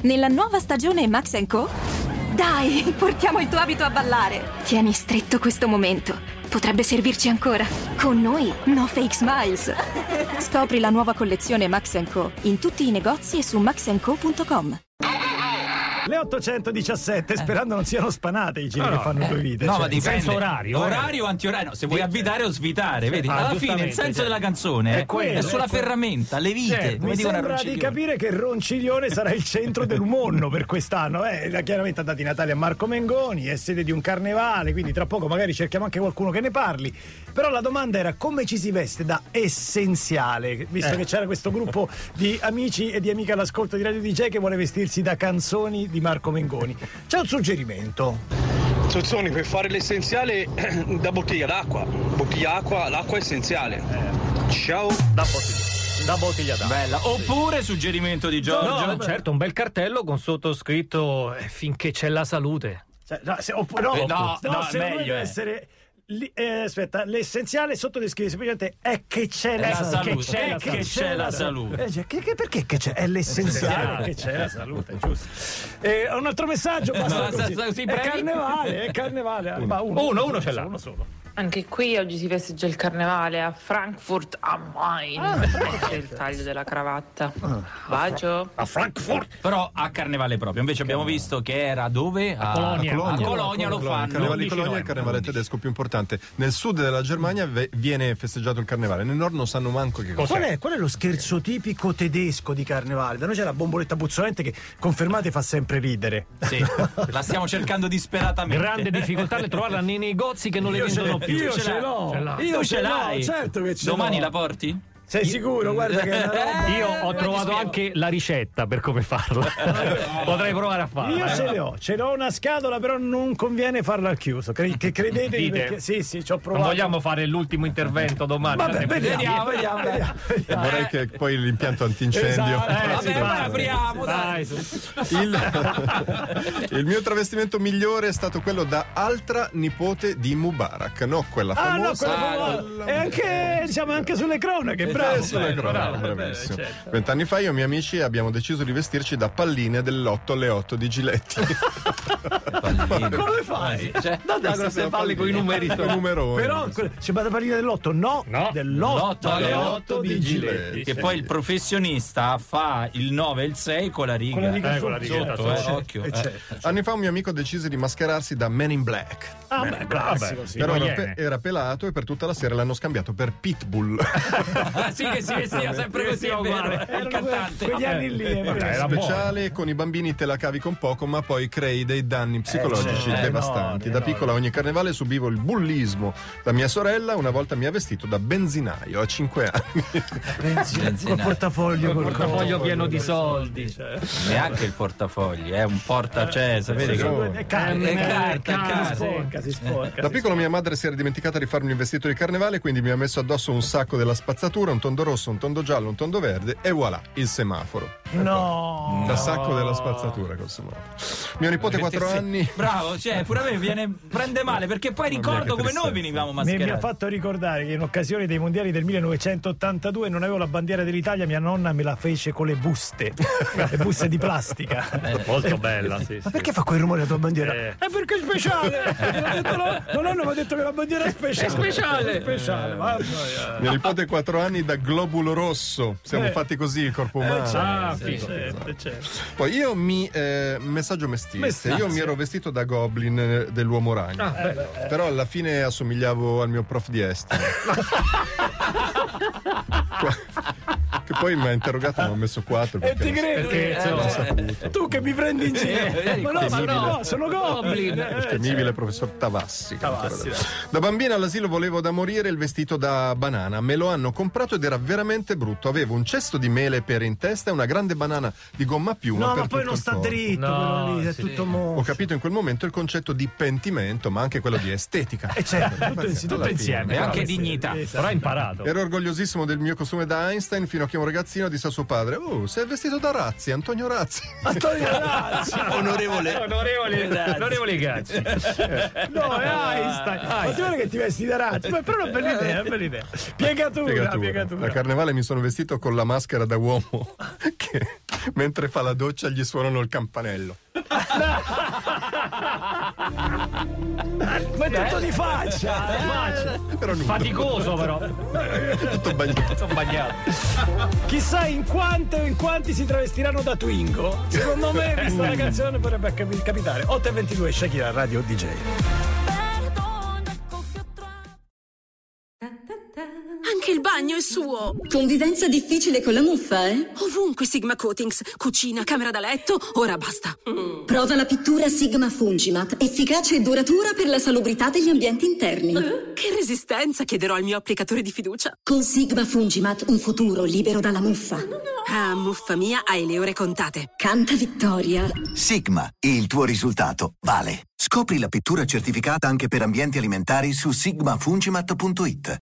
Nella nuova stagione Max & Co? Dai, portiamo il tuo abito a ballare. Tieni stretto questo momento. Potrebbe servirci ancora. Con noi, no fake smiles. Scopri la nuova collezione Max & Co in tutti i negozi e su maxandco.com. Le 817, sperando non siano spanate i giri che fanno due vite. No, cioè, ma dipende. orario. Orario o antiorario? No, se vuoi avvitare o svitare, vedi? Alla fine il senso della canzone è sulla ferramenta, le vite. Mi sembra di capire che Ronciglione sarà il centro del mondo per quest'anno. Chiaramente ha dato i Natali a Marco Mengoni, è sede di un carnevale, quindi tra poco magari cerchiamo anche qualcuno che ne parli. Però la domanda era come ci si veste da essenziale, visto che c'era questo gruppo di amici e di amiche all'ascolto di Radio DJ che vuole vestirsi da canzoni di Marco Mengoni. C'è un suggerimento. Sozzoni, per fare l'essenziale da bottiglia d'acqua. L'acqua è essenziale. Ciao. Da bottiglia d'acqua. Bella. Oppure suggerimento di Giorgio. No, certo, un bel cartello con sottoscritto finché c'è la salute. Cioè, meglio deve essere. Aspetta, l'essenziale sotto descrive semplicemente è che c'è la salute. Che c'è la salute. Perché che c'è? È l'essenziale che c'è la salute, giusto. Un altro messaggio, basta così. È carnevale. Uno ce l'ha. Uno solo. Anche qui oggi si festeggia il carnevale a Frankfurt am Main. C'è il taglio della cravatta. Bacio. A Frankfurt. Però a carnevale proprio. Invece abbiamo visto che era dove? A Colonia lo fanno. Il carnevale di Colonia è il carnevale tedesco più importante. Nel sud della Germania viene festeggiato il carnevale, nel nord non sanno manco che cosa. Qual è lo scherzo tipico tedesco di carnevale? Da noi c'è la bomboletta puzzolente che, confermate, fa sempre ridere. Sì, la stiamo cercando disperatamente. Grande difficoltà nel trovarla nei negozi che non le vendono più. Io ce l'ho. Io ce l'hai. Certo che ce l'ho. Domani la porti? Sei sicuro? Guarda che è una roba. Io ho trovato anche la ricetta per come farla. Potrei provare a farla. Io ce l'ho una scatola, però non conviene farla al chiuso. Che credetemi, perché sì, ci ho provato. Non vogliamo fare l'ultimo intervento domani. Vabbè, vediamo. Vorrei che poi l'impianto antincendio. Vabbè, apriamo, dai. Il mio travestimento migliore è stato quello da altra nipote di Mubarak, no quella famosa. E anche sulle cronache. Bravissimo. 20 anni fa io e i miei amici abbiamo deciso di vestirci da palline dell'8 alle 8 di Giletti. Come fai? Da queste palle con i numeri numeroni. Però c'è la pallina dell'8? No, dell'8 alle 8 di Giletti. Che poi il professionista fa il 9 e il 6 con la riga. Con la riga sotto, occhio. Anni fa un mio amico decise di mascherarsi da Men in Black. Classico, sì. Però era pelato e per tutta la sera l'hanno scambiato per Pitbull. Sì, che si vestiva sempre così, è vero. È il cantante. Quegli anni lì Era speciale, con i bambini te la cavi con poco, ma poi crei dei danni psicologici devastanti. Da piccola ogni carnevale subivo il bullismo. La mia sorella una volta mi ha vestito da benzinaio a 5 anni. Col portafoglio pieno di soldi. Neanche il portafogli, è un sapete che è carta, si sporca. Da piccolo mia madre si era dimenticata di farmi un vestito di carnevale, quindi mi ha messo addosso un sacco della spazzatura, un tondo rosso, un tondo giallo, un tondo verde e voilà, il semaforo. No! Da sacco della spazzatura col semaforo. Mio nipote 4 anni. Bravo, pure a me prende male perché poi ricordo come noi venivamo mascherati. Mi ha fatto ricordare che in occasione dei mondiali del 1982 non avevo la bandiera dell'Italia, mia nonna me la fece con le buste di plastica. Molto bella, sì. Ma perché fa quel rumore la tua bandiera? È perché è speciale! Non hanno detto che la bandiera è speciale! È speciale. Mio nipote 4 anni da globulo rosso. Siamo fatti così il corpo umano. Certo. Poi io messaggio mestiere. Io mi ero vestito da Goblin dell'Uomo Ragno. Però alla fine assomigliavo al mio prof di esteri. Che poi mi ha interrogato e mi ha messo 4 e ti credo perché tu che mi prendi in giro. No, sono Goblin. Il temibile professor Tavassi. Da bambina all'asilo volevo da morire il vestito da banana. Me lo hanno comprato ed era veramente brutto. Avevo un cesto di mele per in testa e una grande banana di gomma a piuma. No, per ma poi non sta dritto, è tutto Ho capito in quel momento il concetto di pentimento, ma anche quello di estetica. Tutto insieme. E anche dignità. Però ha imparato. Ero orgogliosissimo del mio costume da Einstein fino a che un ragazzino disse a suo padre: "Oh, sei vestito da Razzi, Antonio Razzi". Onorevole Gazzi. No, è Einstein. Ma tu vedi che ti vesti da Razzi? Però è una bella idea. Piegatura. A carnevale mi sono vestito con la maschera da uomo che mentre fa la doccia gli suonano il campanello. Ma è tutto di faccia, Però nudo. Faticoso però. Tutto bagnato. Chissà in quanti si travestiranno da Twingo. Secondo me, vista la canzone, potrebbe capitare. 8:22, Shakira, Radio DJ. Anche il bagno è suo. Convivenza difficile con la muffa, eh? Ovunque Sigma Coatings. Cucina, camera da letto, ora basta. Prova la pittura Sigma Fungimat, efficace e duratura per la salubrità degli ambienti interni. Che resistenza, chiederò al mio applicatore di fiducia. Con Sigma Fungimat un futuro libero dalla muffa. Ah, muffa mia, hai le ore contate. Canta vittoria. Sigma, il tuo risultato vale. Scopri la pittura certificata anche per ambienti alimentari su sigmafungimat.it.